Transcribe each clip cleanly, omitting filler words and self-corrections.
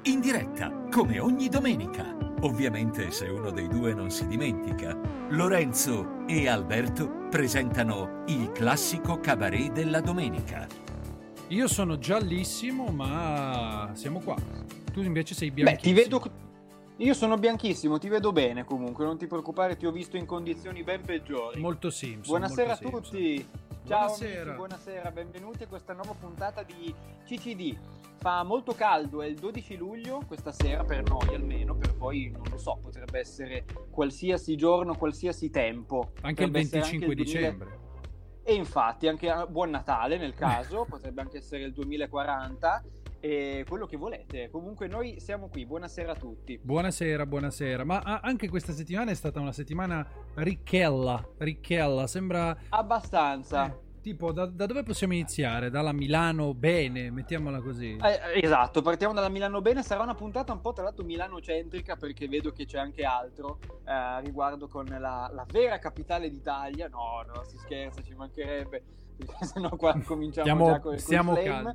in diretta, come ogni domenica. Ovviamente se uno dei due non si dimentica. Lorenzo e Alberto presentano il classico cabaret della domenica. Io sono giallissimo, ma siamo qua. Tu invece sei bianchissimo. Beh, ti vedo... Io sono bianchissimo, ti vedo bene comunque, non ti preoccupare, ti ho visto in condizioni ben peggiori. Molto Simpson. Buonasera molto a tutti. Simpson. Ciao Buonasera. amici, buonasera, benvenuti a questa nuova puntata di CCD. Fa molto caldo, è il 12 luglio questa sera, per noi almeno, per voi non lo so, potrebbe essere qualsiasi giorno, qualsiasi tempo. Anche il Potrebbe essere 25 anche il dicembre. E infatti anche buon Natale nel caso, potrebbe anche essere il 2040 e quello che volete. Comunque noi siamo qui, buonasera a tutti. Buonasera, buonasera. Ma anche questa settimana è stata una settimana ricchella, sembra... Abbastanza. Tipo, da dove possiamo iniziare? Dalla Milano bene, mettiamola così. Esatto, partiamo dalla Milano bene, sarà una puntata un po' tra l'altro milano-centrica perché vedo che c'è anche altro riguardo con la vera capitale d'Italia. No, si scherza, ci mancherebbe, perché sennò qua cominciamo già con il flame.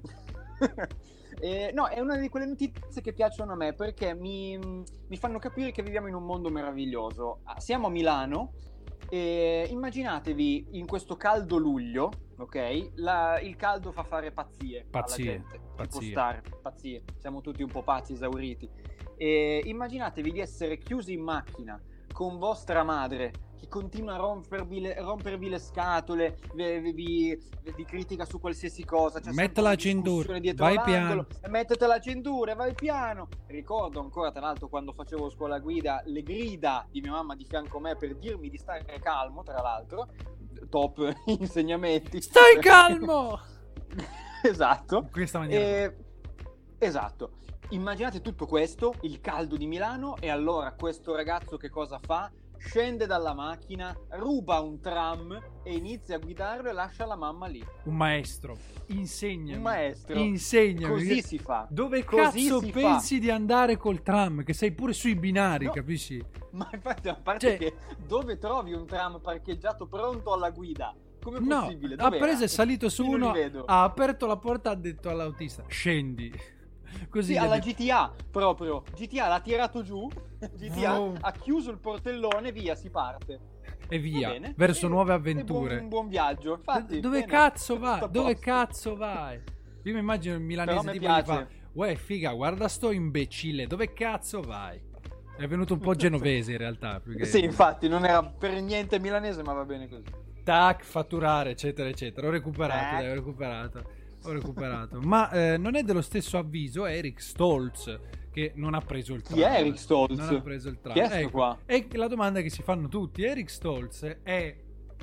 No, è una di quelle notizie che piacciono a me perché mi fanno capire che viviamo in un mondo meraviglioso. Siamo a Milano e immaginatevi in questo caldo luglio, ok? Il caldo fa fare pazzie alla gente. Ci può stare, pazzie. Siamo tutti un po' pazzi, esauriti. E immaginatevi di essere chiusi in macchina con vostra madre che continua a rompervi le scatole, vi critica su qualsiasi cosa. Mettila la cintura, vai piano. Mettete la cintura, vai piano. Ricordo ancora, tra l'altro, quando facevo scuola guida, le grida di mia mamma di fianco a me per dirmi di stare calmo, tra l'altro. Top insegnamenti. Stai calmo! Esatto. In questa maniera. Esatto. Immaginate tutto questo, il caldo di Milano, e allora questo ragazzo che cosa fa? Scende dalla macchina, ruba un tram e inizia a guidarlo e lascia la mamma lì. Un maestro, insegnami. Un maestro. Insegnami. Così si fa. Dove Così cazzo si pensi fa. di andare col tram? Che sei pure sui binari, No. capisci? Ma infatti, a parte che dove trovi un tram parcheggiato pronto alla guida? Come è possibile? No, ha preso e salito su Io non uno, li vedo. ha aperto la porta, ha detto all'autista scendi. Così Sì, gli ha alla detto. GTA proprio. GTA l'ha tirato giù, GTA Oh. ha chiuso il portellone, via, si parte. E via, Va bene. verso nuove E avventure. un buon viaggio. Infatti, Dove bene. cazzo vai? Tutto a Dove posto. cazzo vai? Io mi immagino il milanese Però mi tipo gli fa: piace. uè figa, guarda sto imbecille, dove cazzo vai? È venuto un po' genovese in realtà, più che... Sì, infatti, non era per niente milanese, ma va bene così. Tac, fatturare, eccetera, eccetera. Ho recuperato, Tac. dai, ho recuperato. Ma non è dello stesso avviso Eric Stoltz, che non ha preso il tram. Chi è Eric Stoltz? Non ha preso il tram. Chi è sto qua? E la domanda che si fanno tutti: Eric Stoltz è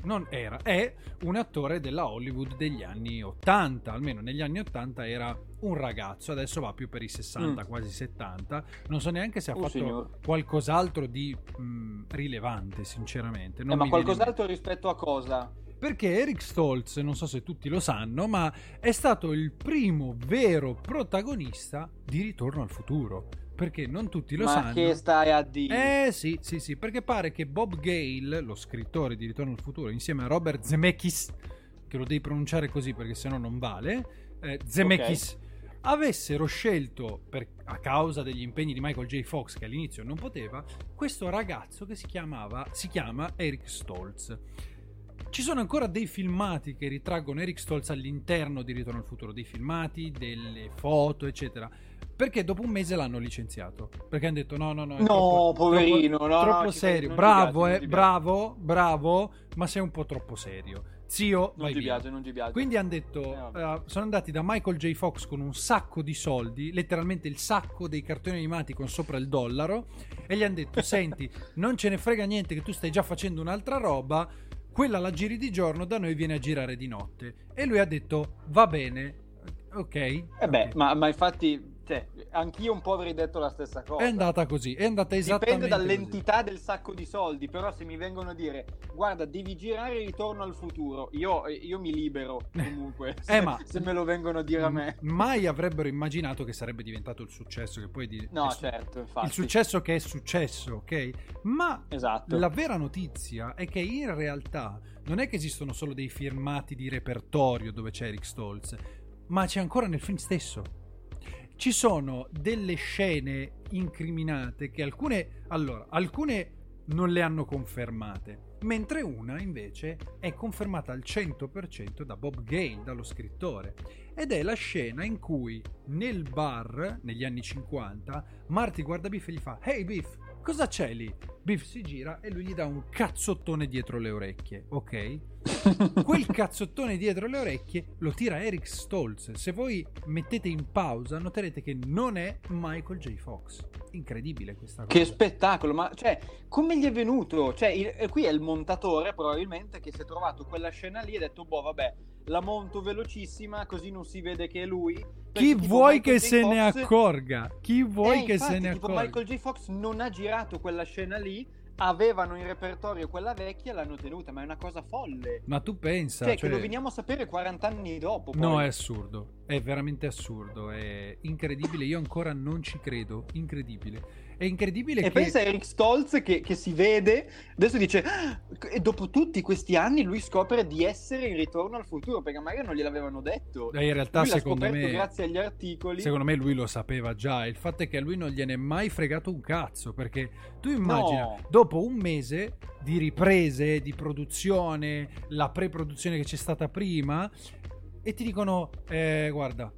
un attore della Hollywood degli anni 80, almeno negli anni 80 era un ragazzo, adesso va più per i 60, quasi 70. Non so neanche se ha fatto signor. qualcos'altro di rilevante, sinceramente. Non Ma mi viene in qualcos'altro rispetto a cosa? perché Eric Stoltz, non so se tutti lo sanno, ma è stato il primo vero protagonista di Ritorno al futuro. Perché non tutti lo sanno. Ma che stai a dire? Sì, perché pare che Bob Gale, lo scrittore di Ritorno al futuro, insieme a Robert Zemeckis, che lo devi pronunciare così perché sennò non vale, Zemeckis, avessero scelto, a causa degli impegni di Michael J. Fox, che all'inizio non poteva, questo ragazzo che si chiama Eric Stoltz. Ci sono ancora dei filmati che ritraggono Eric Stoltz all'interno di Ritorno al futuro, dei filmati, delle foto, eccetera. Perché dopo un mese l'hanno licenziato. Perché hanno detto no, è poverino, troppo no, serio. non Bravo, ti piace, bravo, ma sei un po' troppo serio. Zio, vai via. Non ti piace. Quindi hanno detto, sono andati da Michael J. Fox con un sacco di soldi, letteralmente il sacco dei cartoni animati con sopra il dollaro, e gli hanno detto, senti, non ce ne frega niente che tu stai già facendo un'altra roba, quella la giri di giorno, da noi viene a girare di notte. E lui ha detto, va bene, ok. Ma infatti... Cioè, anch'io un po' avrei detto la stessa cosa. È andata così, è andata esattamente dipende dall'entità del sacco di soldi. Però se mi vengono a dire guarda, devi girare Ritorno al futuro, io mi libero comunque se me lo vengono a dire a me. Mai avrebbero immaginato che sarebbe diventato il successo che poi certo, infatti. il successo che è successo, ok? Ma esatto. La vera notizia è che in realtà non è che esistono solo dei filmati di repertorio dove c'è Eric Stoltz, ma c'è ancora nel film stesso. ci sono delle scene incriminate che alcune non le hanno confermate, mentre una invece è confermata al 100% da Bob Gale, dallo scrittore, ed è la scena in cui nel bar negli anni 50 Marty guarda Biff e gli fa: "Hey Biff, cosa c'è lì?" Biff si gira e lui gli dà un cazzottone dietro le orecchie, ok? Quel cazzottone dietro le orecchie lo tira Eric Stoltz. Se voi mettete in pausa noterete che non è Michael J. Fox. Incredibile questa cosa. Che spettacolo, ma cioè, come gli è venuto? Cioè, qui è il montatore probabilmente che si è trovato quella scena lì e ha detto: boh, vabbè, la monto velocissima così non si vede che è lui. Chi vuoi che se ne accorga? Chi vuoi che se ne accorga? Michael J. Fox non ha girato quella scena lì, avevano in repertorio quella vecchia e l'hanno tenuta, ma è una cosa folle. Ma tu pensa, cioè, che lo veniamo a sapere 40 anni dopo. Poi. No, è assurdo, è veramente assurdo, è incredibile, io ancora non ci credo, incredibile. È incredibile. E pensa a Eric Stoltz che si vede, adesso dice, e dopo tutti questi anni lui scopre di essere in Ritorno al futuro, perché magari non gliel'avevano detto. In realtà, lui secondo me, grazie agli articoli. Secondo me lui lo sapeva già. Il fatto è che a lui non gliene è mai fregato un cazzo, perché tu immagina, dopo un mese di riprese, di produzione, la pre-produzione che c'è stata prima, e ti dicono, guarda,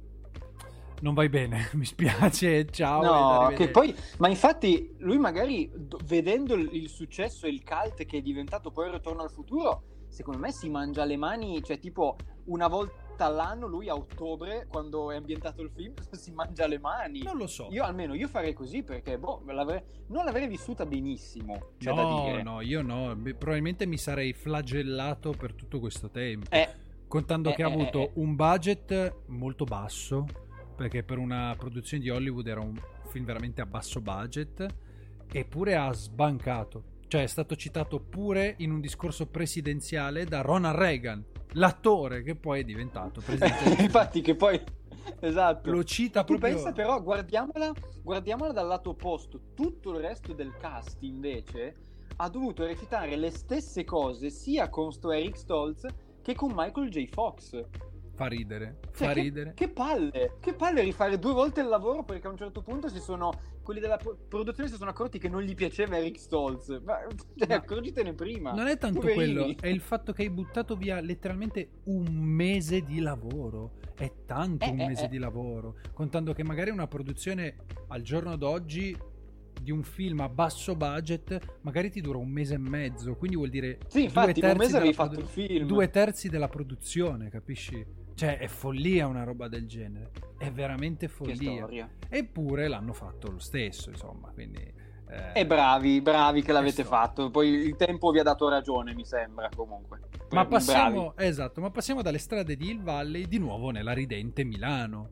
non vai bene, mi spiace, ciao. No, che poi, ma infatti lui magari vedendo il successo e il cult che è diventato poi Ritorno al futuro, secondo me si mangia le mani, cioè tipo una volta all'anno lui a ottobre, quando è ambientato il film, si mangia le mani. Non lo so. Io farei così perché non l'avrei vissuta benissimo, c'è da dire. No, io no, probabilmente mi sarei flagellato per tutto questo tempo, contando che ha avuto un budget molto basso, perché per una produzione di Hollywood era un film veramente a basso budget, eppure ha sbancato. Cioè è stato citato pure in un discorso presidenziale da Ronald Reagan, l'attore che poi è diventato presidente. Infatti che poi esatto. Lo cita tu proprio. Pensa però, guardiamola dal lato opposto. Tutto il resto del cast invece ha dovuto recitare le stesse cose sia con sto Eric Stoltz che con Michael J. Fox. Fa ridere, cioè, fa ridere. Che palle rifare 2 volte il lavoro, perché a un certo punto quelli della produzione si sono accorti che non gli piaceva Eric Stoltz. Ma accorgitene prima. Non è tanto poverini. quello, è il fatto che hai buttato via letteralmente un mese di lavoro. È tanto un mese di lavoro, contando che magari una produzione al giorno d'oggi di un film a basso budget magari ti dura 1 mese e mezzo, quindi vuol dire sì, infatti, 1 mese avevi fatto il film, 2/3 della produzione, capisci? Cioè è follia una roba del genere, è veramente follia. Eppure l'hanno fatto lo stesso, insomma, quindi e bravi che l'avete fatto. Poi il tempo vi ha dato ragione, mi sembra, comunque. Ma passiamo dalle strade di Hill Valley di nuovo nella ridente Milano.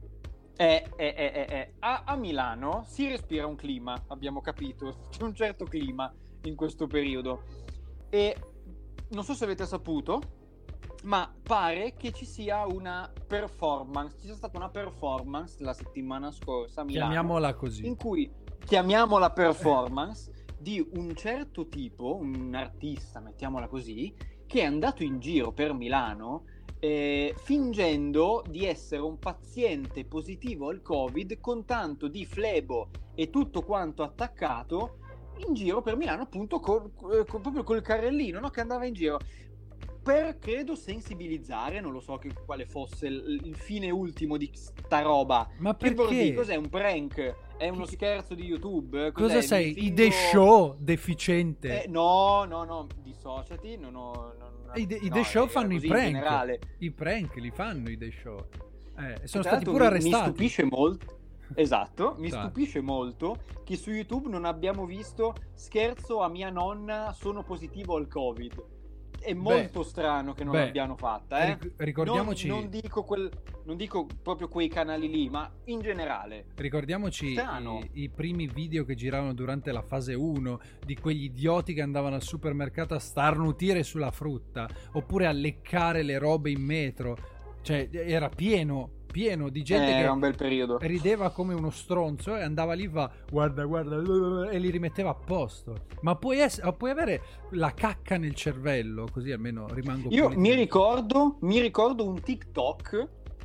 A Milano si respira un clima, abbiamo capito, c'è un certo clima in questo periodo, e non so se avete saputo, ma pare che ci sia stata una performance la settimana scorsa a Milano, chiamiamola così, in cui chiamiamola performance di un certo tipo, un artista, mettiamola così, che è andato in giro per Milano fingendo di essere un paziente positivo al Covid, con tanto di flebo e tutto quanto attaccato, in giro per Milano, appunto proprio col carrellino, no? Che andava in giro per, credo, sensibilizzare, non lo so quale fosse il fine ultimo di sta roba. Ma perché? Cos'è, un prank? È uno scherzo di YouTube? Cosa sei? I The Show deficiente? No, dissociati, I The Show fanno i prank. I prank li fanno i The Show. Sono stati pure arrestati. Mi stupisce molto. Esatto, mi stupisce molto che su YouTube non abbiamo visto scherzo a mia nonna, sono positivo al Covid. È molto strano che non l'abbiano fatta, Ricordiamoci, non dico proprio quei canali lì, ma in generale. Ricordiamoci i primi video che giravano durante la fase 1 di quegli idioti che andavano al supermercato a starnutire sulla frutta oppure a leccare le robe in metro. Cioè era pieno di gente che era un bel periodo, rideva come uno stronzo e andava lì, guarda e li rimetteva a posto. Ma puoi avere la cacca nel cervello, così almeno rimango io mi ricordo un TikTok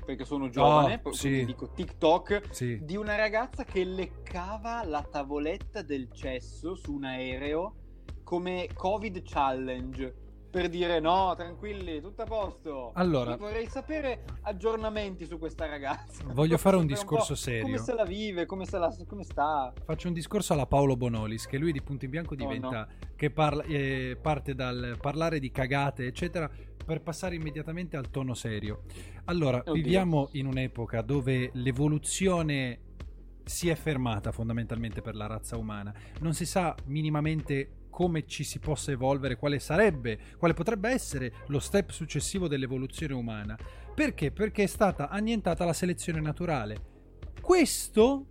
perché sono giovane, sì. quindi dico TikTok, Sì. di una ragazza che leccava la tavoletta del cesso su un aereo come Covid challenge, per dire no, tranquilli, tutto a posto. Allora, io vorrei sapere aggiornamenti su questa ragazza. voglio fare un Sapere discorso po' serio. Come se la vive, come sta. Faccio un discorso alla Paolo Bonolis, che lui di punto in bianco diventa che parte dal parlare di cagate eccetera per passare immediatamente al tono serio. Allora, viviamo in un'epoca dove l'evoluzione si è fermata fondamentalmente per la razza umana. Non si sa minimamente come ci si possa evolvere, quale potrebbe essere lo step successivo dell'evoluzione umana. Perché? Perché è stata annientata la selezione naturale. Questo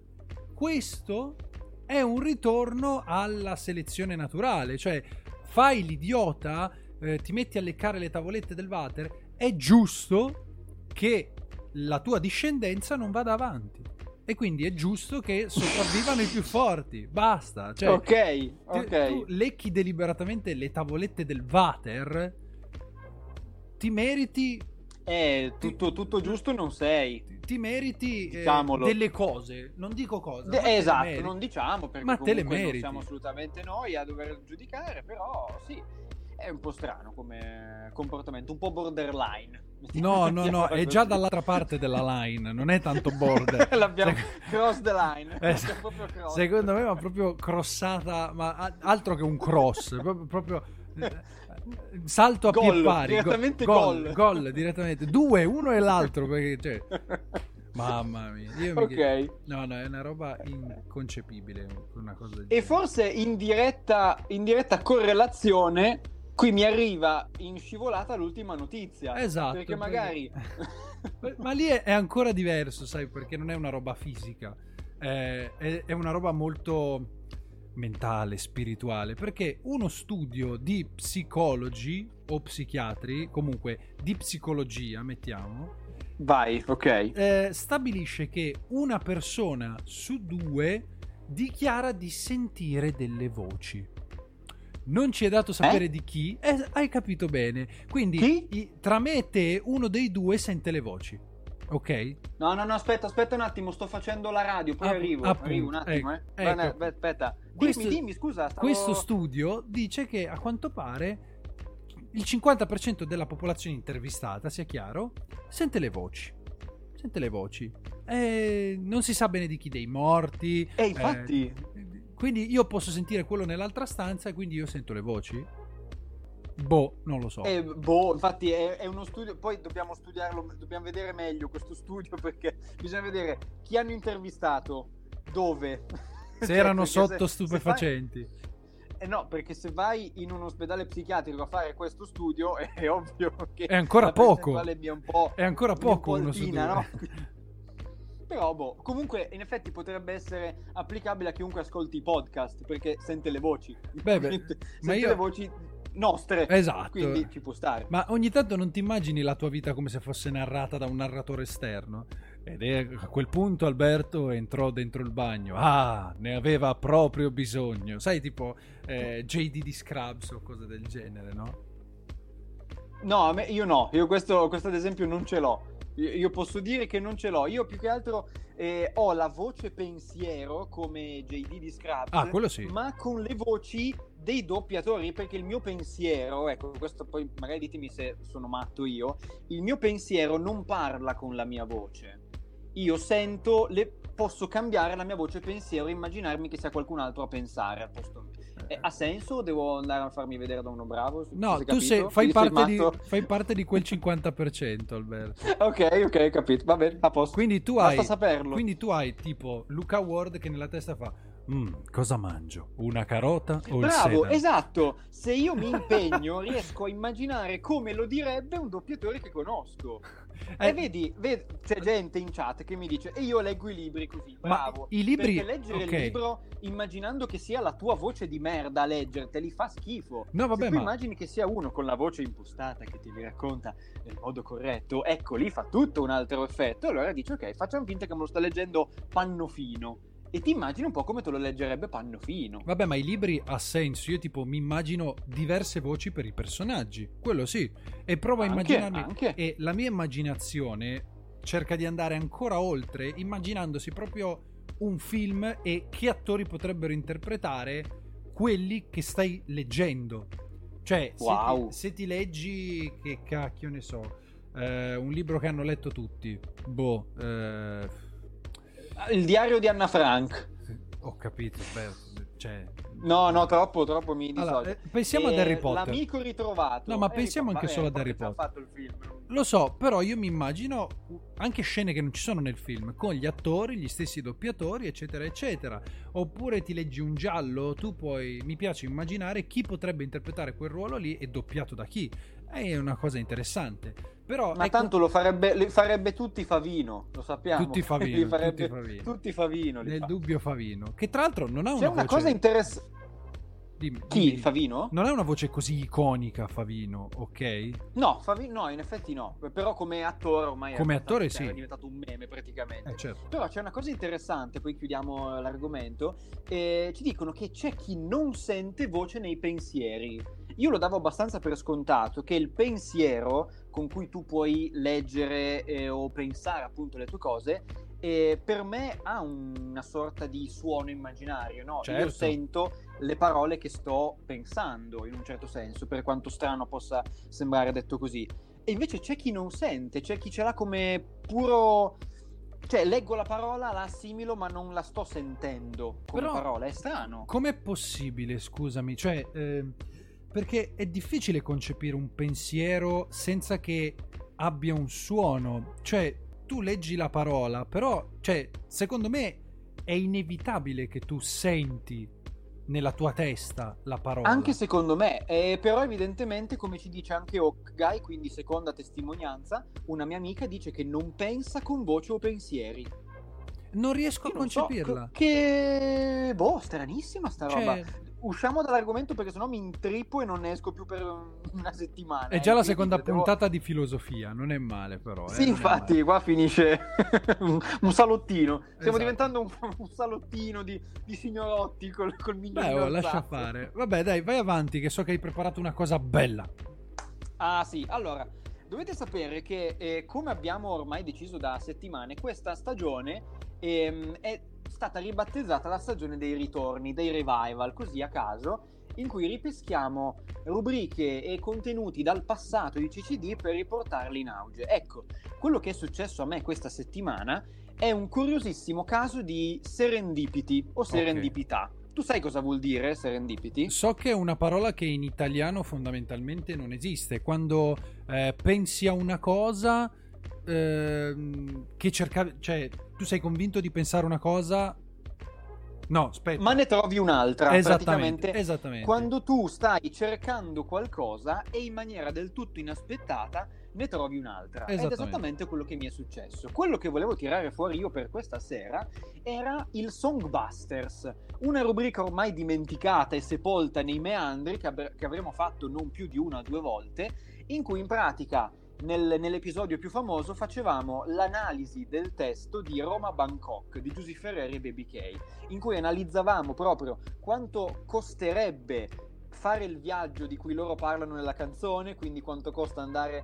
è un ritorno alla selezione naturale, cioè fai l'idiota, ti metti a leccare le tavolette del water, è giusto che la tua discendenza non vada avanti. E quindi è giusto che sopravvivano i più forti. Basta. Cioè, ok. Tu lecchi deliberatamente le tavolette del water, ti meriti... tutto giusto non sei. Ti meriti Diciamolo. delle cose. Non dico cosa. Esatto, non diciamo, perché ma te le comunque meriti. non siamo assolutamente noi a dover giudicare, però sì, è un po' strano come comportamento, un po' borderline. No, è già dall'altra parte della line, non è tanto border. L'abbiamo cross the line. Proprio cross. Secondo me va proprio crossata, ma altro che un cross, proprio salto a piedi pari. Direttamente gol, direttamente. Due, uno e l'altro, perché cioè, mamma mia. No, è una roba inconcepibile, una cosa del genere. E forse in diretta correlazione qui mi arriva in scivolata l'ultima notizia. Esatto. Perché magari... Ma lì è ancora diverso, sai, perché non è una roba fisica. È una roba molto mentale, spirituale. Perché uno studio di psicologi o psichiatri, comunque di psicologia, mettiamo... Vai, ok. Stabilisce che una persona su due dichiara di sentire delle voci. Non ci è dato sapere di chi. Hai capito bene. Quindi tra me e te uno dei due sente le voci. Ok? No, aspetta un attimo, sto facendo la radio, poi arrivo un attimo. Ecco. Aspetta. Dimmi, scusa. Questo studio dice che a quanto pare il 50% della popolazione intervistata, sia chiaro, sente le voci. Non si sa bene di chi, dei morti. Infatti... Quindi io posso sentire quello nell'altra stanza e quindi io sento le voci? Non lo so. Infatti è uno studio, poi dobbiamo studiarlo, dobbiamo vedere meglio questo studio, perché bisogna vedere chi hanno intervistato, dove. Se erano sotto stupefacenti. No, perché se vai in un ospedale psichiatrico a fare questo studio è ovvio che è ancora poco. È ancora poco uno su due. No? Però comunque in effetti potrebbe essere applicabile a chiunque ascolti i podcast, perché sente le voci. Le voci nostre. Esatto. Quindi ci può stare. Ma ogni tanto non ti immagini la tua vita come se fosse narrata da un narratore esterno? Ed a quel punto Alberto entrò dentro il bagno. Ne aveva proprio bisogno. Sai, tipo JD di Scrubs o cose del genere, no? No, io no. Io questo ad esempio non ce l'ho. Io posso dire che non ce l'ho. Io più che altro ho la voce pensiero come JD di Scraps, quello sì. ma con le voci dei doppiatori, perché il mio pensiero, ecco, questo poi magari ditemi se sono matto io, il mio pensiero non parla con la mia voce. Io sento, posso cambiare la mia voce pensiero e immaginarmi che sia qualcun altro a pensare al posto mio. Ha senso o devo andare a farmi vedere da uno bravo? No, tu fai parte di quel 50%, Alberto. Ok, capito. Va bene, a posto. Quindi basta saperlo. Quindi tu hai tipo Luca Ward che nella testa fa: cosa mangio? Una carota o il sedano? Bravo, esatto. Se io mi impegno riesco a immaginare come lo direbbe un doppiatore che conosco. E vedi, c'è gente in chat che mi dice: e io leggo i libri così, bravo. Ma i libri, perché leggere il libro immaginando che sia la tua voce di merda a leggerteli fa schifo. No, vabbè, se tu immagini che sia uno con la voce impostata che ti racconta nel modo corretto, ecco, lì fa tutto un altro effetto. Allora dici: ok, facciamo finta che me lo sta leggendo Pannofino, e ti immagini un po' come te lo leggerebbe Pannofino. Vabbè, ma i libri ha senso. Io tipo mi immagino diverse voci per i personaggi, quello sì, e provo a immaginarmi. E la mia immaginazione cerca di andare ancora oltre, immaginandosi proprio un film e che attori potrebbero interpretare quelli che stai leggendo. Cioè, Wow. se ti leggi, che cacchio ne so, un libro che hanno letto tutti, Il diario di Anna Frank. ho capito, cioè... No, troppo mi Allora, dissocio. pensiamo ad Harry Potter. L'amico ritrovato. No, ma pensiamo anche solo ad Harry Potter. Potter. Ha fatto il film. Lo so, però io mi immagino anche scene che non ci sono nel film, con gli attori, gli stessi doppiatori, eccetera, eccetera. Oppure ti leggi un giallo, mi piace immaginare chi potrebbe interpretare quel ruolo lì e doppiato da chi. È una cosa interessante. Però, Ma tanto li farebbe tutti Favino, lo sappiamo. Tutti Favino, tutti Favino. Nel dubbio Favino. Che tra l'altro non ha una C'è una voce... cosa interessante. Chi? Dimmi. Favino? Non è una voce così iconica, Favino, ok? No, no, in effetti no. Però come attore ormai come attore sì. È diventato un meme praticamente. Certo. Però c'è una cosa interessante, poi chiudiamo l'argomento. Ci dicono che c'è chi non sente voce nei pensieri. Io lo davo abbastanza per scontato che il pensiero con cui tu puoi leggere o pensare appunto le tue cose, per me ha una sorta di suono immaginario, no? Certo. Io sento le parole che sto pensando, in un certo senso, per quanto strano possa sembrare detto così. E invece c'è chi non sente, c'è chi ce l'ha come puro... Cioè, leggo la parola, la assimilo, ma non la sto sentendo come Però, parola, è strano. Com'è possibile, scusami? Cioè, perché è difficile concepire un pensiero senza che abbia un suono. Cioè, tu leggi la parola, però, cioè, secondo me è inevitabile che tu senti nella tua testa la parola. Anche secondo me, però evidentemente, come ci dice anche Hawkeye, quindi seconda testimonianza, una mia amica dice che non pensa con voce o pensieri. Non riesco Io a non so, concepirla. Stranissima sta roba. Usciamo dall'argomento perché sennò mi intrippo e non ne esco più per una settimana. È già la seconda puntata di filosofia, non è male però. Sì, infatti, qua finisce un salottino. Stiamo Esatto. diventando un salottino di signorotti col miglior lascia fare. Vabbè, dai, vai avanti che so che hai preparato una cosa bella. Ah sì, allora, dovete sapere che come abbiamo ormai deciso da settimane, questa stagione è stata ribattezzata la stagione dei ritorni, dei revival, così a caso, in cui ripeschiamo rubriche e contenuti dal passato di CCD per riportarli in auge. Ecco, quello che è successo a me questa settimana è un curiosissimo caso di serendipity o serendipità. Okay. Tu sai cosa vuol dire serendipity? So che è una parola che in italiano fondamentalmente non esiste. Quando pensi a una cosa... che cercavi, cioè tu sei convinto di pensare una cosa, no, aspetta, ma ne trovi un'altra. Esattamente. Quando tu stai cercando qualcosa e in maniera del tutto inaspettata ne trovi un'altra. Ed è esattamente quello che mi è successo. Quello che volevo tirare fuori io per questa sera era il Songbusters, una rubrica ormai dimenticata e sepolta nei meandri che avremo fatto non più di 1 o 2 volte, in cui in pratica nell'episodio più famoso facevamo l'analisi del testo di Roma Bangkok di Giusy Ferreri e Baby K, in cui analizzavamo proprio quanto costerebbe fare il viaggio di cui loro parlano nella canzone, quindi quanto costa andare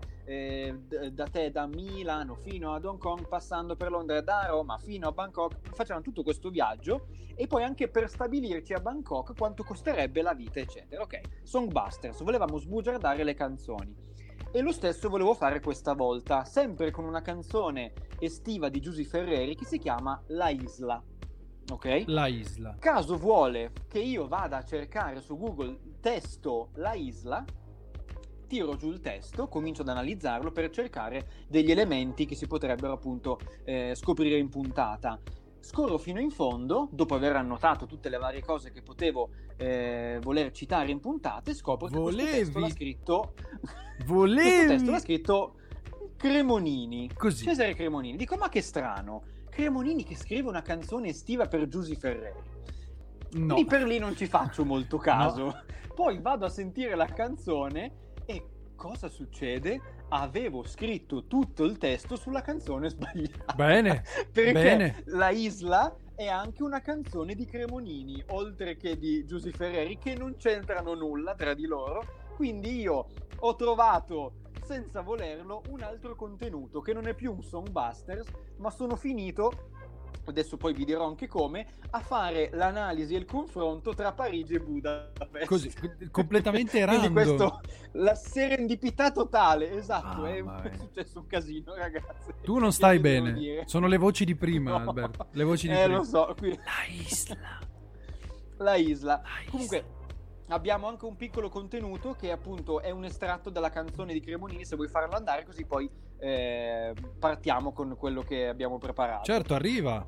da Milano fino ad Hong Kong, passando per Londra, da Roma fino a Bangkok. Facevamo tutto questo viaggio e poi anche per stabilirci a Bangkok quanto costerebbe la vita, eccetera. Ok, Songbusters, volevamo sbugiardare le canzoni. E lo stesso volevo fare questa volta, sempre con una canzone estiva di Giusy Ferreri che si chiama La Isla. Ok? La Isla. Caso vuole che io vada a cercare su Google testo La Isla, tiro giù il testo, comincio ad analizzarlo per cercare degli elementi che si potrebbero appunto scoprire in puntata. Scorro fino in fondo, dopo aver annotato tutte le varie cose che potevo voler citare in puntate, scopro che questo testo l'ha scritto questo testo l'ha scritto Cremonini. Così. Cesare Cremonini. Dico, ma che strano, Cremonini che scrive una canzone estiva per Giusy Ferreri. No. Lì per lì non ci faccio molto caso. No. Poi vado a sentire la canzone e cosa succede? Avevo scritto tutto il testo sulla canzone sbagliata. Bene. Perché bene. La Isla è anche una canzone di Cremonini, oltre che di Giusy Ferreri, che non c'entrano nulla tra di loro, Quindi io ho trovato, senza volerlo, un altro contenuto che non è più un Songbusters, ma sono finito, adesso poi vi dirò anche come, a fare l'analisi e il confronto tra Parigi e Budapest. Così, completamente Quindi random. questo, la serendipità totale, esatto, è Mamma mia. successo un casino, ragazzi. Tu non stai Che devo bene. dire? Sono le voci di prima, No. Alberto. Le voci di prima. Lo so, qui... La isla. La isla. Comunque abbiamo anche un piccolo contenuto che appunto è un estratto dalla canzone di Cremonini, se vuoi farlo andare, così poi partiamo con quello che abbiamo preparato. Certo, arriva.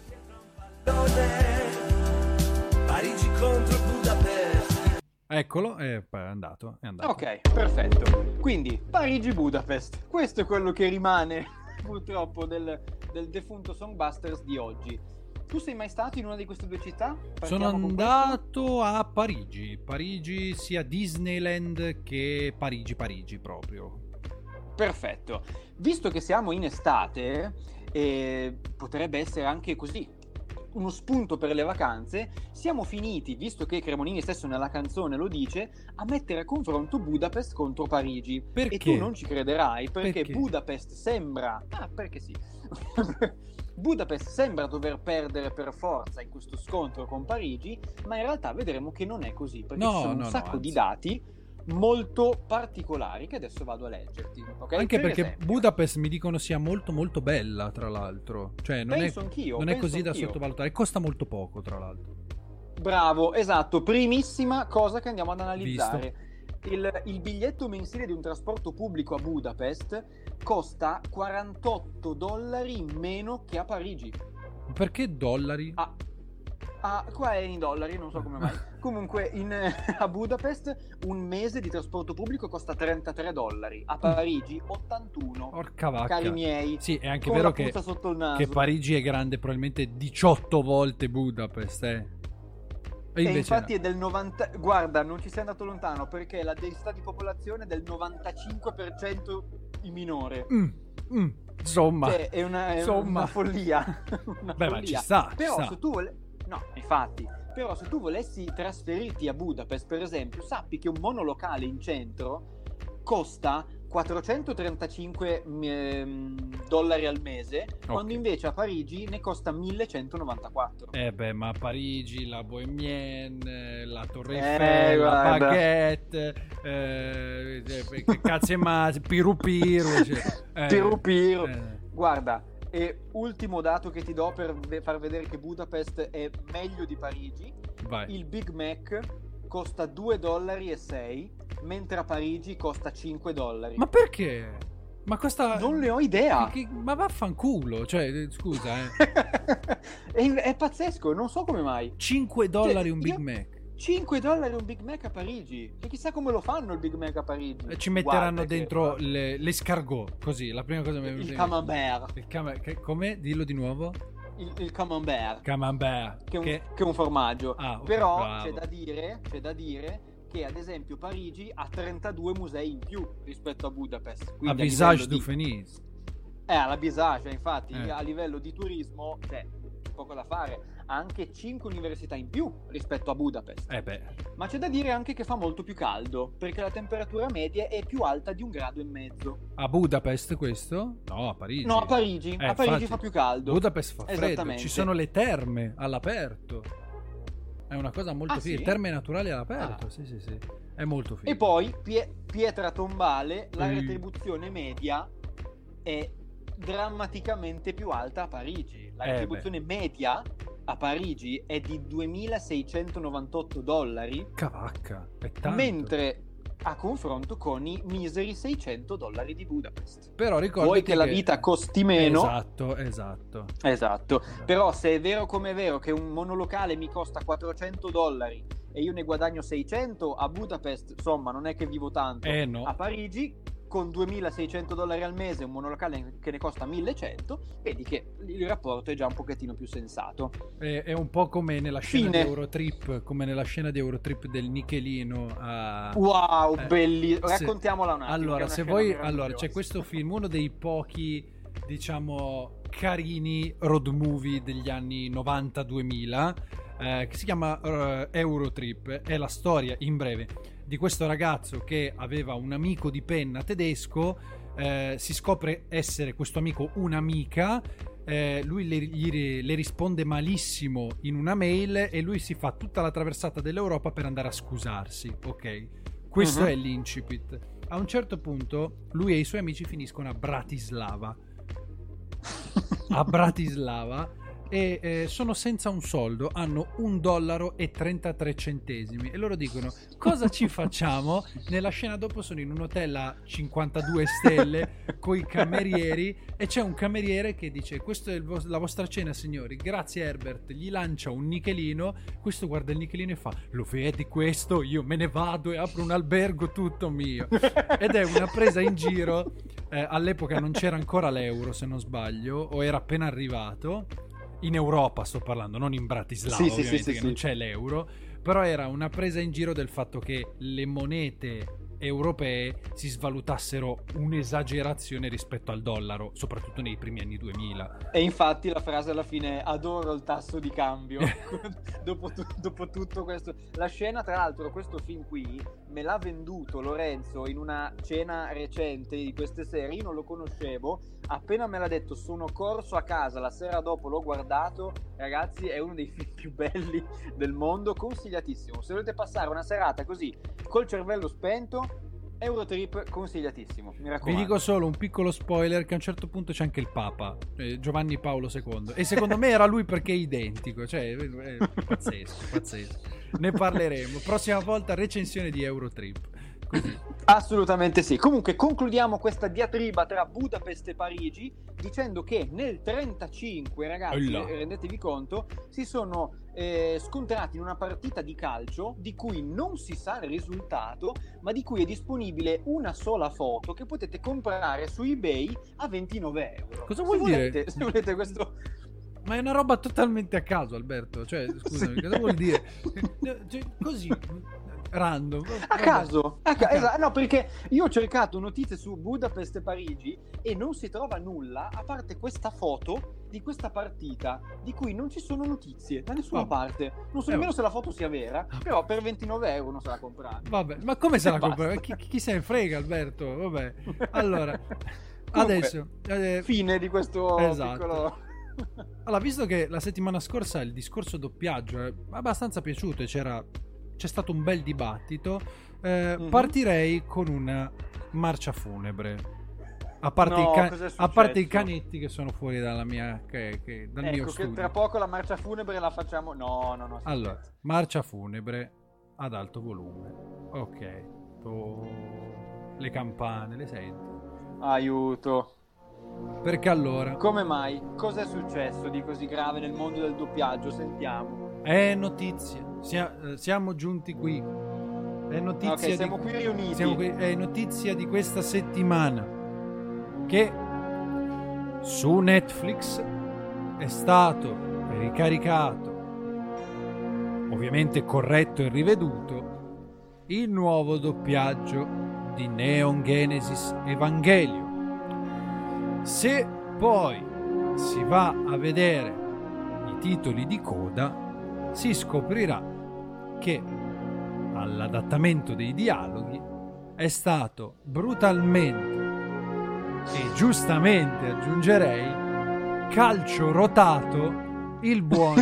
Parigi contro Budapest. Eccolo, è andato. Ok, perfetto. Quindi Parigi-Budapest, questo è quello che rimane purtroppo del defunto Songbusters di oggi. Tu sei mai stato in una di queste due città? Sono Partiamo con andato a Parigi sia Disneyland che Parigi proprio. Perfetto. Visto che siamo in estate, potrebbe essere anche così uno spunto per le vacanze, siamo finiti, visto che Cremonini stesso nella canzone lo dice, a mettere a confronto Budapest contro Parigi. Perché? E tu non ci crederai, perché Perché? Budapest sembra... perché sì. Budapest sembra dover perdere per forza in questo scontro con Parigi, ma in realtà vedremo che non è così, perché ci sono un sacco di dati molto particolari che adesso vado a leggerti, okay? Anche Per perché esempio, Budapest mi dicono sia molto molto bella, tra l'altro. Cioè non penso anch'io, non è penso così da anch'io. sottovalutare. Costa molto poco, tra l'altro. Bravo, esatto, primissima cosa che andiamo ad analizzare. Il biglietto mensile di un trasporto pubblico a Budapest costa $48 in meno che a Parigi. Perché dollari? Qua è in dollari, non so come mai. Comunque a Budapest un mese di trasporto pubblico costa $33, a Parigi 81. Porca vacca. Cari miei. Sì, è anche con vero la puzza sotto il naso. che Parigi è grande probabilmente 18 volte Budapest, E E invece infatti no. è del 90. Guarda, non ci sei andato lontano perché la densità di popolazione è del 95% in minore. Insomma, Cioè, è una follia. Una Beh, follia. ma ci sta. Però se tu no, infatti, però se tu volessi trasferirti a Budapest, per esempio, sappi che un monolocale in centro costa $435 al mese, quando invece a Parigi ne costa 1194. Ma a Parigi la Bohemienne, la Torre Eiffel, la guarda. baguette, che cazzo è Piru. Guarda, e ultimo dato che ti do per far vedere che Budapest è meglio di Parigi. Vai. Il Big Mac costa $2,06, mentre a Parigi costa $5. Ma perché? Ma costa... Non ne ho idea. Ma vaffanculo, cioè, scusa, è pazzesco, non so come mai. $5 un Big io- Mac. $5 un Big Mac a Parigi. E chissà come lo fanno il Big Mac a Parigi. Ci metteranno Guarda che- dentro l'escargot, così, la prima cosa che mi il viene- camembert. Come? Dillo di nuovo. Il camembert. Camembert. Che è un formaggio. Ah, ok, Però bravo. c'è da dire che ad esempio Parigi ha 32 musei in più rispetto a Budapest. A Quindi Visage livello du Fenice. alla Visage, infatti, Eh. a livello di turismo c'è poco da fare. Ha anche 5 università in più rispetto a Budapest. Ma c'è da dire anche che fa molto più caldo, perché la temperatura media è più alta di 1,5 gradi. A Budapest questo? No, a Parigi. No, a Parigi. A Parigi infatti, fa più caldo. Budapest fa freddo. Esattamente. Ci sono le terme all'aperto. È una cosa molto figa. sì? Terme naturali all'aperto. Sì. È molto figo. E poi, pietra tombale, la retribuzione media è drammaticamente più alta a Parigi. La retribuzione media a Parigi è di $2.698, Cavacca, è tanto. mentre a confronto con i miseri $600 di Budapest. Però ricordi Vuoi che la vita costi meno? Esatto. Però se è vero come è vero che un monolocale mi costa $400 e io ne guadagno 600 a Budapest, insomma non è che vivo tanto. No. A Parigi con $2.600 al mese un monolocale che ne costa 1.100, vedi che il rapporto è già un pochettino più sensato. È un po' come nella scena Fine. di Eurotrip, del Nichelino Wow, bellissimo. se- Raccontiamola un attimo. Allora, che è una se scena voi meravigliosa. c'è questo film, uno dei pochi, diciamo, carini road movie degli anni 90-2000, che si chiama Eurotrip. È la storia, in breve, di questo ragazzo che aveva un amico di penna tedesco, si scopre essere questo amico un'amica, lui le risponde malissimo in una mail e lui si fa tutta la traversata dell'Europa per andare a scusarsi, ok? Questo è l'incipit. A un certo punto lui e i suoi amici finiscono a Bratislava e sono senza un soldo, hanno $1,33 e loro dicono: cosa ci facciamo? Nella scena dopo sono in un hotel a 52 stelle coi camerieri e c'è un cameriere che dice: questa è la vostra cena, signori, grazie Herbert. Gli lancia un nichelino, questo guarda il nichelino e fa: lo vedi questo? Io me ne vado e apro un albergo tutto mio. Ed è una presa in giro. All'epoca non c'era ancora l'euro, se non sbaglio, o era appena arrivato. In Europa sto parlando, non in Bratislava, ovviamente, che non c'è l'euro, però era una presa in giro del fatto che le monete europee si svalutassero un'esagerazione rispetto al dollaro, soprattutto nei primi anni 2000. E infatti la frase alla fine: adoro il tasso di cambio. dopo tutto questo, la scena, tra l'altro, questo film qui me l'ha venduto Lorenzo in una cena recente di queste serie. Io non lo conoscevo, appena me l'ha detto sono corso a casa, la sera dopo l'ho guardato. Ragazzi, è uno dei film più belli del mondo, consigliatissimo. Se volete passare una serata così col cervello spento, Eurotrip consigliatissimo, mi raccomando. Vi dico solo un piccolo spoiler, che a un certo punto c'è anche il Papa, Giovanni Paolo II, e secondo me era lui perché è identico, cioè è pazzesco. Ne parleremo prossima volta, recensione di Eurotrip. Così. Assolutamente sì. Comunque concludiamo questa diatriba tra Budapest e Parigi dicendo che nel 35, ragazzi, rendetevi conto, si sono scontrati in una partita di calcio di cui non si sa il risultato, ma di cui è disponibile una sola foto che potete comprare su eBay a €29. Cosa vuol dire? Se volete questo... Ma è una roba totalmente a caso, Alberto. Cioè, scusami, cosa vuol dire? Cioè, così, random. A caso. Esatto. No, perché io ho cercato notizie su Budapest e Parigi e non si trova nulla, a parte questa foto di questa partita, di cui non ci sono notizie da nessuna parte. Non so nemmeno se la foto sia vera, però per €29 non se la comprano. Vabbè, ma come se la comprano? Chi se ne frega, Alberto? Vabbè. Allora, adesso... fine di questo piccolo... Allora, visto che la settimana scorsa il discorso doppiaggio è abbastanza piaciuto e c'è stato un bel dibattito, partirei con una marcia funebre. A parte i canetti che sono fuori dal mio studio. Che tra poco la marcia funebre la facciamo. No. Allora, marcia funebre ad alto volume. Ok. Le campane, le senti? Aiuto. Perché allora? Come mai? Cosa è successo di così grave nel mondo del doppiaggio? Sentiamo. È notizia. Siamo giunti qui. È notizia. Ok, siamo qui riuniti. È notizia di questa settimana che su Netflix è stato ricaricato, ovviamente corretto e riveduto, il nuovo doppiaggio di Neon Genesis Evangelion. Se poi si va a vedere i titoli di coda, si scoprirà che all'adattamento dei dialoghi è stato brutalmente e giustamente, aggiungerei, calcio rotato il buon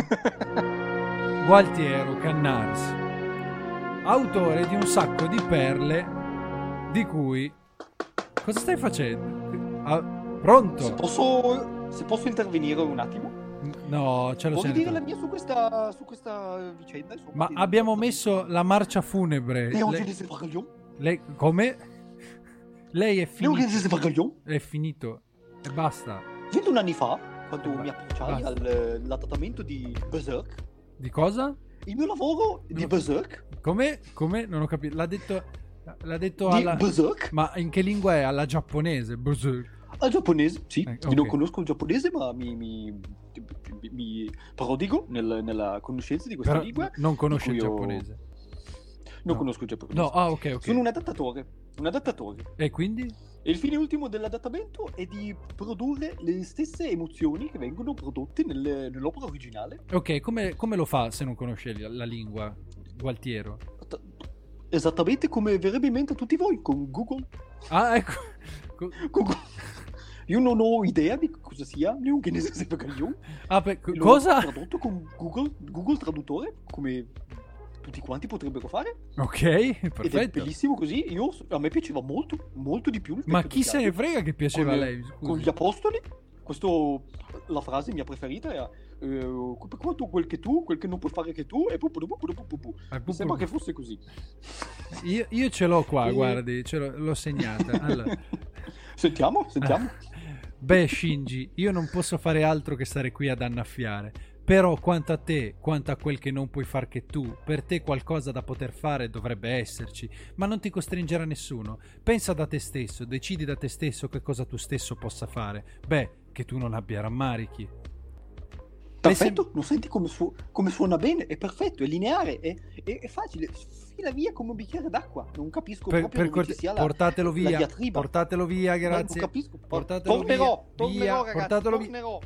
Gualtiero Cannarsi, autore di un sacco di perle di cui... Cosa stai facendo? Pronto? Se posso intervenire un attimo? No, ce lo sento. Voglio dire la mia su questa vicenda. Insomma, ma abbiamo messo la marcia funebre. Lei come? Lei è finito. È finito e basta. 21 anni fa, quando mi approcciai all'adattamento di Berserk. Di cosa? Il mio lavoro di Berserk. Come? Non ho capito. L'ha detto di alla... Berserk. Ma in che lingua è? Alla giapponese, Berserk. Al giapponese, sì. Okay. Non conosco il giapponese, ma mi prodigo nella conoscenza di questa lingua. Non conosci il giapponese? Non conosco il giapponese. No, ok. Sono un adattatore. E quindi? E il fine ultimo dell'adattamento è di produrre le stesse emozioni che vengono prodotte nell'opera originale. Ok, come lo fa se non conosce la lingua, Gualtiero? esattamente come verrebbe in mente a tutti voi con Google. Ah, ecco. Google. Io non ho idea di cosa sia Neon Genesis Evangelion. L'ho Cosa? tradotto con Google Traduttore, come tutti quanti potrebbero fare. Ok, Ed è perfetto. bellissimo così. A me piaceva molto, molto di più. Ma chi se ne frega che piaceva a lei? Scusi. Con gli apostoli. La frase mia preferita era per quanto quel che non puoi fare che tu, e mi sembra che fosse così. Io ce l'ho qua, guardi, l'ho segnata. Allora. Sentiamo. Beh, Shinji, io non posso fare altro che stare qui ad annaffiare. Però quanto a te, quanto a quel che non puoi far che tu, per te qualcosa da poter fare dovrebbe esserci, ma non ti costringerà nessuno. Pensa da te stesso, decidi da te stesso che cosa tu stesso possa fare. Beh, che tu non abbia rammarichi. Perfetto, non senti come suona bene? È perfetto, è lineare, è facile. Fila via come un bicchiere d'acqua. Non capisco proprio come ci sia portatelo via, la diatriba. Portatelo via, grazie. Non capisco. Tornerò, ragazzi, tornerò.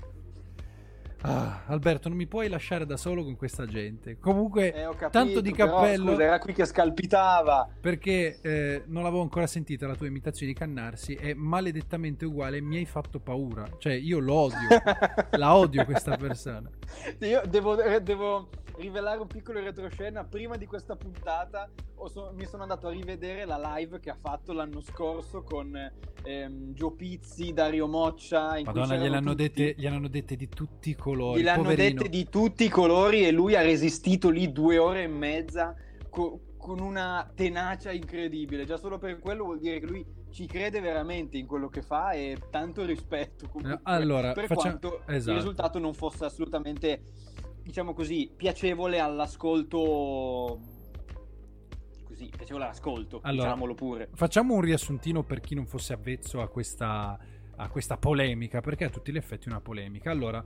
Ah, Alberto, non mi puoi lasciare da solo con questa gente. Comunque, ho capito, tanto di cappello. Però, scusa, era qui che scalpitava. Perché non l'avevo ancora sentita la tua imitazione di Cannarsi. È maledettamente uguale. Mi hai fatto paura. Cioè, io lo odio. La odio questa persona. Io devo rivelare un piccolo retroscena. Prima di questa puntata mi sono andato a rivedere la live che ha fatto l'anno scorso con Gio Pizzi, Dario Moccia. Madonna, gliene hanno dette di tutti i colori. Gliel'hanno poverino. dette di tutti i colori e lui ha resistito lì 2 ore e mezza con una tenacia incredibile. Già solo per quello vuol dire che lui ci crede veramente in quello che fa, e tanto rispetto comunque, allora, quanto esatto. Il risultato non fosse assolutamente, diciamo così, piacevole all'ascolto. Così, piacevole all'ascolto, allora, diciamolo pure. Facciamo un riassuntino per chi non fosse avvezzo a questa polemica, perché è a tutti gli effetti una polemica. Allora,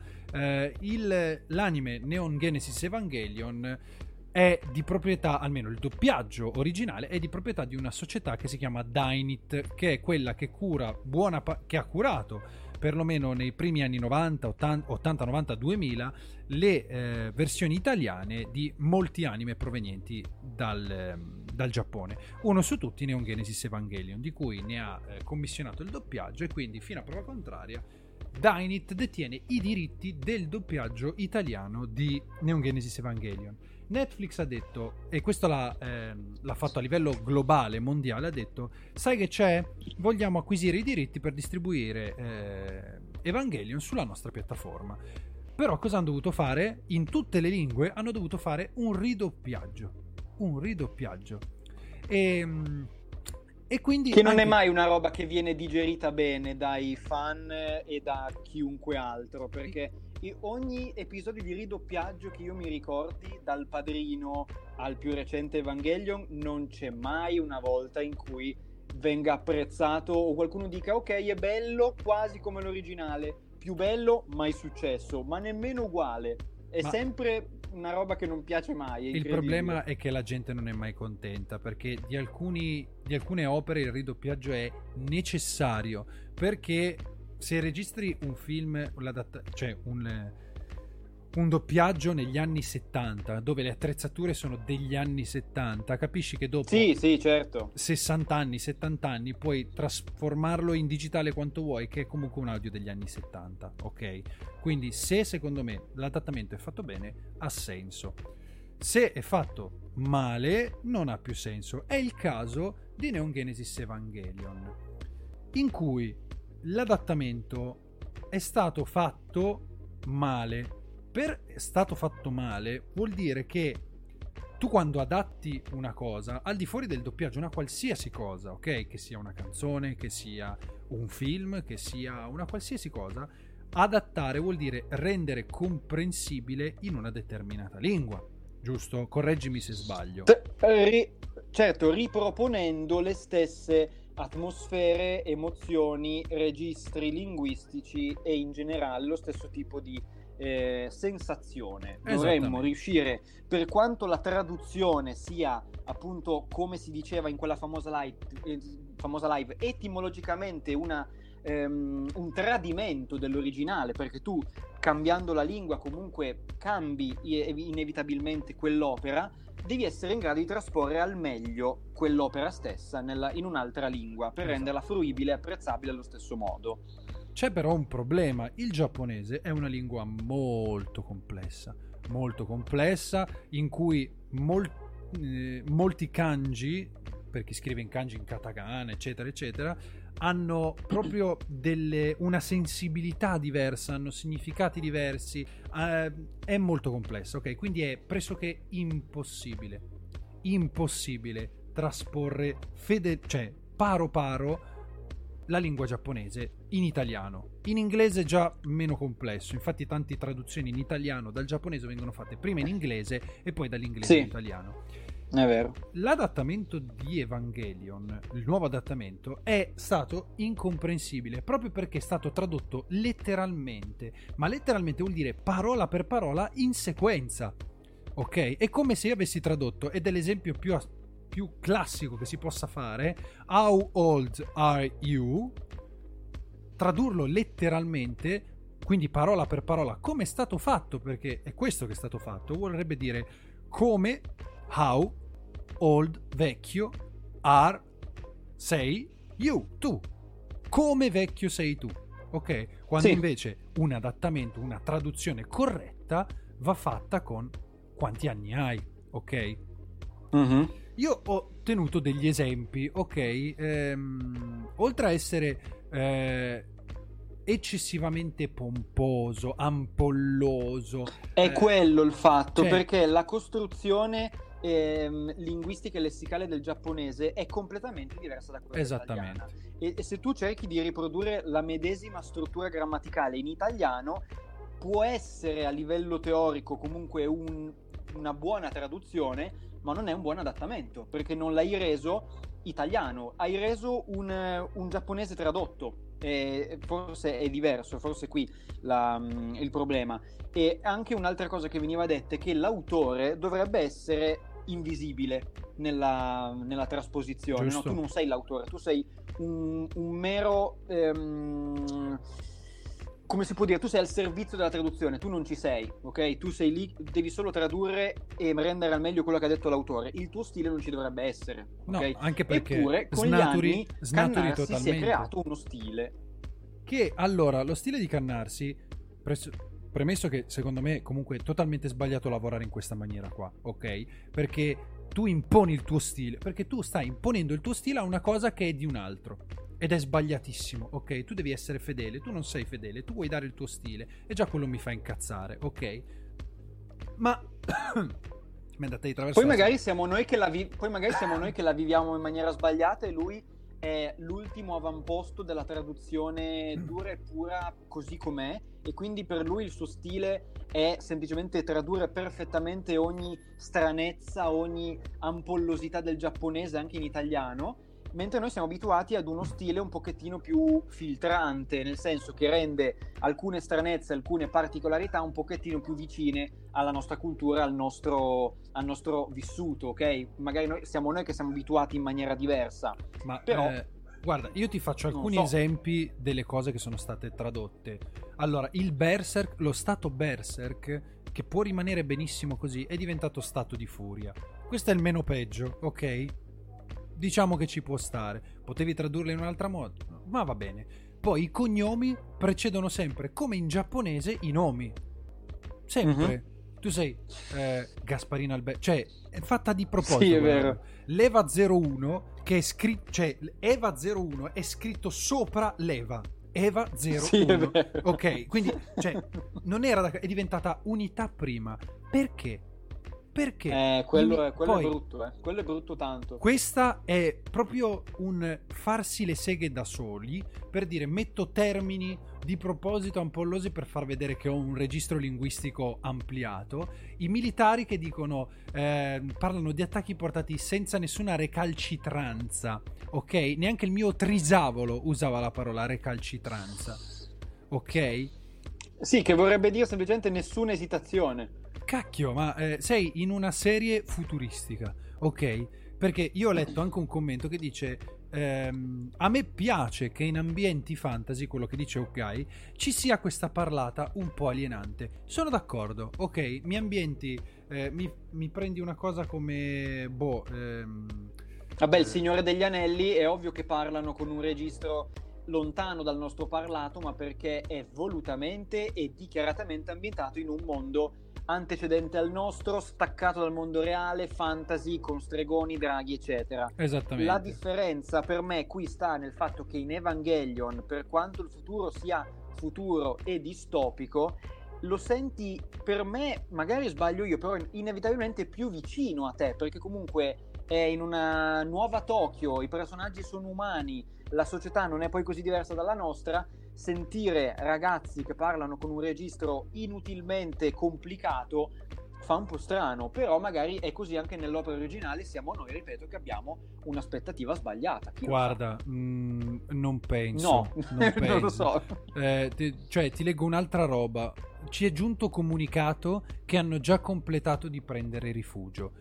l'anime Neon Genesis Evangelion è di proprietà, almeno il doppiaggio originale è di proprietà di una società che si chiama Dynit, che è quella che che ha curato perlomeno nei primi anni 90, 80, 90, 2000 le versioni italiane di molti anime provenienti dal Giappone. Uno su tutti, Neon Genesis Evangelion, di cui ne ha commissionato il doppiaggio, e quindi fino a prova contraria Dynit detiene i diritti del doppiaggio italiano di Neon Genesis Evangelion. Netflix ha detto, e questo l'ha fatto a livello globale, mondiale, ha detto: sai che c'è? Vogliamo acquisire i diritti per distribuire Evangelion sulla nostra piattaforma. Però cosa hanno dovuto fare? In tutte le lingue hanno dovuto fare un ridoppiaggio. E quindi che non è mai una roba che viene digerita bene dai fan e da chiunque altro, perché ogni episodio di ridoppiaggio che io mi ricordi, dal Padrino al più recente Evangelion, non c'è mai una volta in cui venga apprezzato o qualcuno dica ok, è bello quasi come l'originale, più bello mai successo, ma nemmeno uguale. È sempre una roba che non piace mai. Il problema è che la gente non è mai contenta, perché di alcune opere il ridoppiaggio è necessario, perché se registri un film, cioè un doppiaggio negli anni 70, dove le attrezzature sono degli anni 70, capisci che dopo sì, certo, 60 anni, 70 anni puoi trasformarlo in digitale quanto vuoi, che è comunque un audio degli anni 70, ok? Quindi se secondo me l'adattamento è fatto bene, ha senso. Se è fatto male, non ha più senso. È il caso di Neon Genesis Evangelion, in cui l'adattamento è stato fatto male. È stato fatto male vuol dire che tu, quando adatti una cosa al di fuori del doppiaggio, una qualsiasi cosa, ok? Che sia una canzone, che sia un film, che sia una qualsiasi cosa, adattare vuol dire rendere comprensibile in una determinata lingua, giusto? Correggimi se sbaglio. Certo, riproponendo le stesse atmosfere, emozioni, registri linguistici e in generale lo stesso tipo di sensazione. Dovremmo riuscire, per quanto la traduzione sia appunto, come si diceva in quella famosa live, etimologicamente una un tradimento dell'originale, perché tu cambiando la lingua comunque cambi inevitabilmente quell'opera, devi essere in grado di trasporre al meglio quell'opera stessa in un'altra lingua per renderla fruibile e apprezzabile allo stesso modo. C'è però un problema: il giapponese è una lingua molto complessa, in cui molti kanji, per chi scrive in kanji, in katakana, eccetera eccetera, hanno proprio una sensibilità diversa, hanno significati diversi, è molto complessa, ok? Quindi è pressoché impossibile trasporre paro la lingua giapponese in italiano. In inglese è già meno complesso, infatti tante traduzioni in italiano dal giapponese vengono fatte prima in inglese e poi dall'inglese in italiano. È vero. L'adattamento di Evangelion, il nuovo adattamento, è stato incomprensibile proprio perché è stato tradotto letteralmente, ma letteralmente vuol dire parola per parola in sequenza, ok? È come se io avessi tradotto, ed è l'esempio più classico che si possa fare, How old are you? Tradurlo letteralmente, quindi parola per parola, come è stato fatto, perché è questo che è stato fatto, vorrebbe dire come, how old, vecchio, sei tu, come vecchio sei tu, ok? Quando invece un adattamento, una traduzione corretta va fatta con quanti anni hai, ok? Mm-hmm. Io ho tenuto degli esempi, ok? Oltre a essere eccessivamente pomposo, ampolloso, è quello il fatto, cioè, perché la costruzione linguistica e lessicale del giapponese è completamente diversa da quella italiana. E se tu cerchi di riprodurre la medesima struttura grammaticale in italiano, può essere a livello teorico comunque una buona traduzione, ma non è un buon adattamento, perché non l'hai reso italiano, hai reso un giapponese tradotto. Forse è diverso, forse qui il problema. E anche un'altra cosa che veniva detta è che l'autore dovrebbe essere invisibile nella trasposizione, no? Tu non sei l'autore, tu sei un mero come si può dire, tu sei al servizio della traduzione, tu non ci sei, ok? Tu sei lì, devi solo tradurre e rendere al meglio quello che ha detto l'autore. Il tuo stile non ci dovrebbe essere, ok? No, anche perché eppure con gli anni Kannarsi si è creato uno stile. Che allora, lo stile di Kannarsi, premesso che secondo me comunque è totalmente sbagliato lavorare in questa maniera qua, ok? Perché tu imponi il tuo stile, perché tu stai imponendo il tuo stile a una cosa che è di un altro. Ed è sbagliatissimo, ok? Tu devi essere fedele, tu non sei fedele, tu vuoi dare il tuo stile, e già quello mi fa incazzare, ok? Ma mi è andata di traverso. Poi magari siamo noi che la viviamo in maniera sbagliata, e lui è l'ultimo avamposto della traduzione dura e pura così com'è, e quindi per lui il suo stile è semplicemente tradurre perfettamente ogni stranezza, ogni ampollosità del giapponese anche in italiano, mentre noi siamo abituati ad uno stile un pochettino più filtrante, nel senso che rende alcune stranezze, alcune particolarità un pochettino più vicine alla nostra cultura, al nostro vissuto, ok? Magari siamo noi che siamo abituati in maniera diversa. Ma però guarda, io ti faccio alcuni esempi delle cose che sono state tradotte. Allora, il Berserk, lo stato Berserk, che può rimanere benissimo così, è diventato stato di furia. Questo è il meno peggio, ok? Diciamo che ci può stare. Potevi tradurlo in un'altra modo, ma va bene. Poi i cognomi precedono sempre, come in giapponese, i nomi. Sempre. Mm-hmm. Tu sei Gasparino Alberto, cioè è fatta di proposito. Sì, è vero. L'Eva 01 che è scritto, cioè Eva 01 è scritto sopra l'Eva. Eva 01. Sì, ok, quindi cioè non era è diventata unità prima. Perché? Perché? Quello è brutto, quello è brutto tanto. Questa è proprio un farsi le seghe da soli, per dire metto termini di proposito ampollosi per far vedere che ho un registro linguistico ampliato. I militari che dicono parlano di attacchi portati senza nessuna recalcitranza, ok? Neanche il mio trisavolo usava la parola recalcitranza, ok? Sì, che vorrebbe dire semplicemente nessuna esitazione. Cacchio, ma sei in una serie futuristica, ok? Perché io ho letto anche un commento che dice a me piace che in ambienti fantasy, quello che dice Okai, ci sia questa parlata un po' alienante. Sono d'accordo, ok, mi ambienti, mi prendi una cosa come Vabbè, il Signore degli Anelli è ovvio che parlano con un registro lontano dal nostro parlato, ma perché è volutamente e dichiaratamente ambientato in un mondo antecedente al nostro, staccato dal mondo reale, fantasy, con stregoni, draghi, eccetera. Esattamente. La differenza per me qui sta nel fatto che in Evangelion, per quanto il futuro sia futuro e distopico, lo senti, per me, magari sbaglio io, però inevitabilmente più vicino a te, perché comunque è in una nuova Tokyo, i personaggi sono umani, la società non è poi così diversa dalla nostra. Sentire ragazzi che parlano con un registro inutilmente complicato fa un po' strano, però magari è così anche nell'opera originale, siamo noi, ripeto, che abbiamo un'aspettativa sbagliata. Guarda, non penso. No, non penso. non lo so. Ti leggo un'altra roba. Ci è giunto comunicato che hanno già completato di prendere rifugio.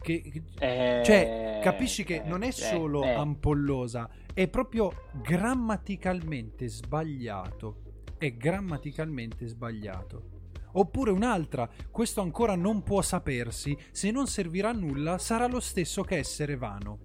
Capisci che non è solo ampollosa, è proprio grammaticalmente sbagliato. È grammaticalmente sbagliato. Oppure un'altra, questo ancora non può sapersi, se non servirà a nulla sarà lo stesso che essere vano.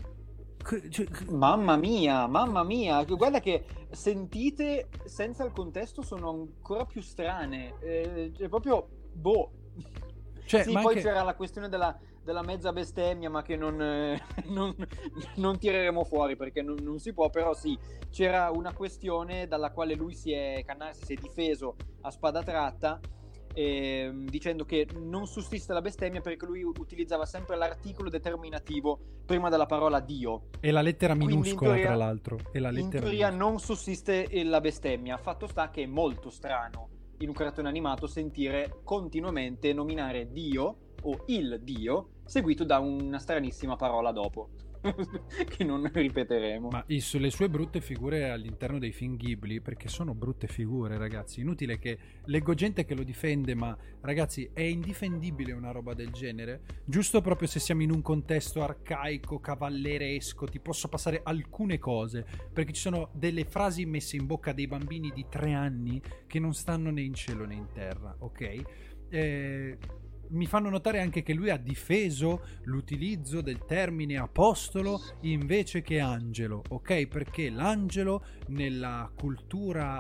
Mamma mia, guarda che sentite senza il contesto sono ancora più strane, cioè proprio sì, ma poi anche... c'era la questione della mezza bestemmia, ma che non tireremo fuori perché non si può, però sì, c'era una questione dalla quale lui Cannarsi si è difeso a spada tratta, dicendo che non sussiste la bestemmia perché lui utilizzava sempre l'articolo determinativo prima della parola Dio. E la lettera minuscola, teoria, tra l'altro. In teoria non sussiste la bestemmia. Fatto sta che è molto strano in un cartone animato sentire continuamente nominare Dio o il Dio seguito da una stranissima parola dopo che non ripeteremo. Ma le sue brutte figure all'interno dei film Ghibli, perché sono brutte figure, ragazzi, inutile che leggo gente che lo difende, ma ragazzi è indifendibile una roba del genere, giusto proprio se siamo in un contesto arcaico, cavalleresco. Ti posso passare alcune cose, perché ci sono delle frasi messe in bocca dei bambini di 3 anni che non stanno né in cielo né in terra, ok? Mi fanno notare anche che lui ha difeso l'utilizzo del termine apostolo invece che angelo, ok? Perché l'angelo nella cultura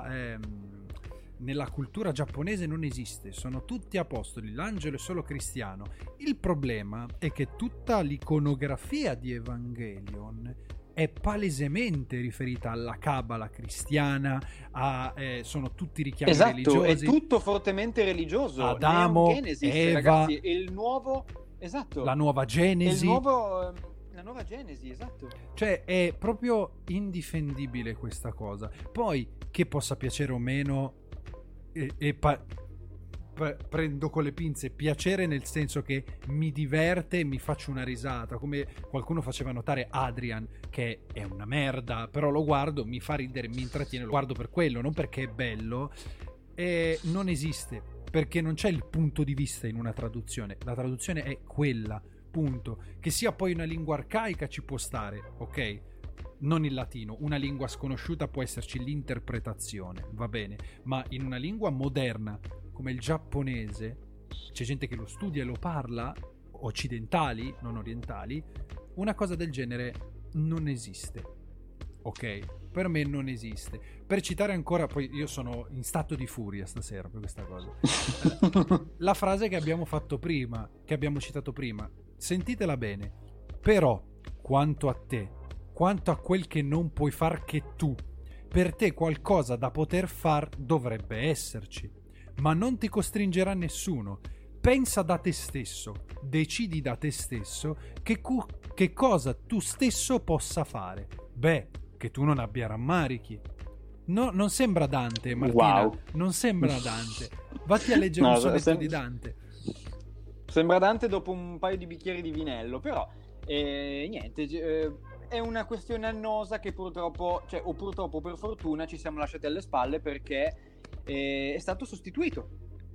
giapponese non esiste, sono tutti apostoli, l'angelo è solo cristiano. Il problema è che tutta l'iconografia di Evangelion è palesemente riferita alla cabala cristiana, sono tutti richiami religiosi. È tutto fortemente religioso. Adamo, Eva, ragazzi, il nuovo, esatto, la nuova Genesi. La nuova Genesi, esatto. Cioè è proprio indifendibile questa cosa. Poi che possa piacere o meno, prendo con le pinze piacere, nel senso che mi diverte e mi faccio una risata, come qualcuno faceva notare Adrian, che è una merda, però lo guardo, mi fa ridere, mi intrattiene, lo guardo per quello, non perché è bello. E non esiste, perché non c'è il punto di vista in una traduzione, la traduzione è quella, punto. Che sia poi una lingua arcaica ci può stare, ok? Non il latino, una lingua sconosciuta può esserci l'interpretazione, va bene, ma in una lingua moderna come il giapponese, c'è gente che lo studia e lo parla, occidentali, non orientali, una cosa del genere non esiste, ok? Per me non esiste. Per citare ancora, poi io sono in stato di furia stasera per questa cosa, la frase che abbiamo fatto prima, che abbiamo citato prima, sentitela bene: però quanto a te, quanto a quel che non puoi far che tu, per te qualcosa da poter far dovrebbe esserci, ma non ti costringerà nessuno. Pensa da te stesso, decidi da te stesso che cosa tu stesso possa fare. Beh, che tu non abbia rammarichi. No, non sembra Dante, Martina. Wow. Non sembra Dante. Vatti a leggere un sonetto di Dante. Sembra Dante dopo un paio di bicchieri di vinello, però niente, è una questione annosa che purtroppo, o purtroppo per fortuna, ci siamo lasciati alle spalle, perché è stato sostituito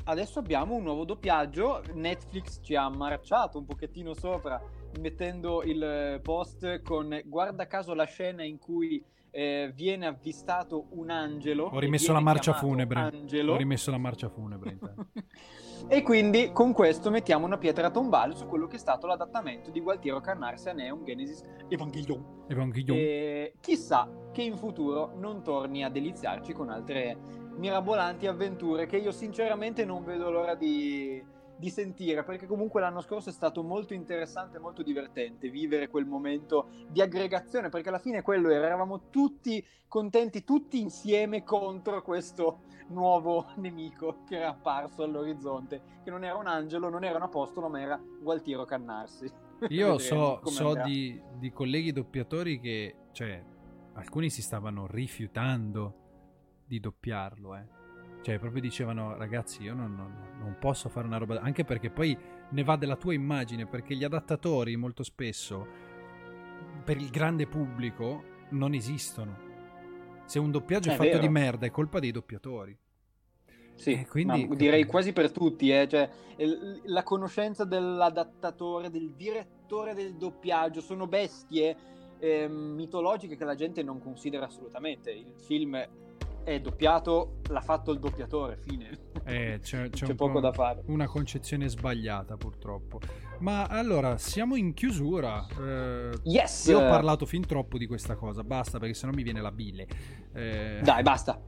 adesso abbiamo un nuovo doppiaggio. Netflix ci ha marciato un pochettino sopra, mettendo il post con, guarda caso, la scena in cui viene avvistato un angelo. Ho rimesso la marcia funebre. Angelo. Ho rimesso la marcia funebre. E quindi con questo mettiamo una pietra tombale su quello che è stato l'adattamento di Gualtiero Canarsi a Neon Genesis Evangelion. E chissà che in futuro non torni a deliziarci con altre mirabolanti avventure che io sinceramente non vedo l'ora di sentire, perché comunque l'anno scorso è stato molto interessante, molto divertente vivere quel momento di aggregazione, perché alla fine quello era, eravamo tutti contenti, tutti insieme contro questo nuovo nemico che era apparso all'orizzonte, che non era un angelo, non era un apostolo, ma era Gualtiero Cannarsi. Io so di colleghi doppiatori che, cioè, alcuni si stavano rifiutando di doppiarlo, Cioè, proprio dicevano, ragazzi, io non posso fare una roba... Anche perché poi ne va della tua immagine, perché gli adattatori molto spesso, per il grande pubblico, non esistono. Se un doppiaggio è fatto vero. Di merda, è colpa dei doppiatori. Sì, quindi... ma direi quasi per tutti, Cioè, la conoscenza dell'adattatore, del direttore del doppiaggio, sono bestie mitologiche che la gente non considera assolutamente. Il film è doppiato, l'ha fatto il doppiatore, fine. C'è poco da fare. Una concezione sbagliata, purtroppo. Ma allora, siamo in chiusura. Yes! Io ho parlato fin troppo di questa cosa, basta, perché sennò mi viene la bile. Dai, basta.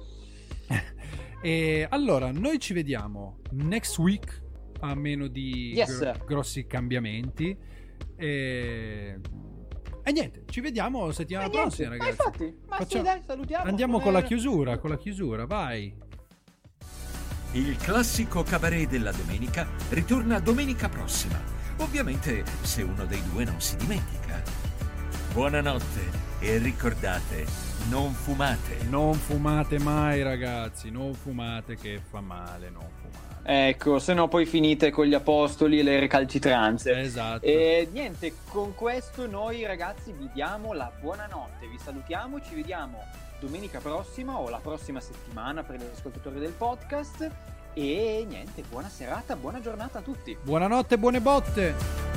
E allora, noi ci vediamo next week, a meno di grossi cambiamenti. E niente, ci vediamo settimana prossima, ragazzi. Infatti, dai, salutiamo. Andiamo con la chiusura, vai. Il classico cabaret della domenica ritorna domenica prossima. Ovviamente se uno dei due non si dimentica. Buonanotte e ricordate, non fumate. Non fumate mai, ragazzi, non fumate che fa male, non fumate. Ecco, se no poi finite con gli apostoli e le recalcitranze. Esatto. E niente, con questo noi ragazzi vi diamo la buonanotte, vi salutiamo, ci vediamo domenica prossima o la prossima settimana per gli ascoltatori del podcast e niente, buona serata, buona giornata a tutti. Buonanotte, buone botte.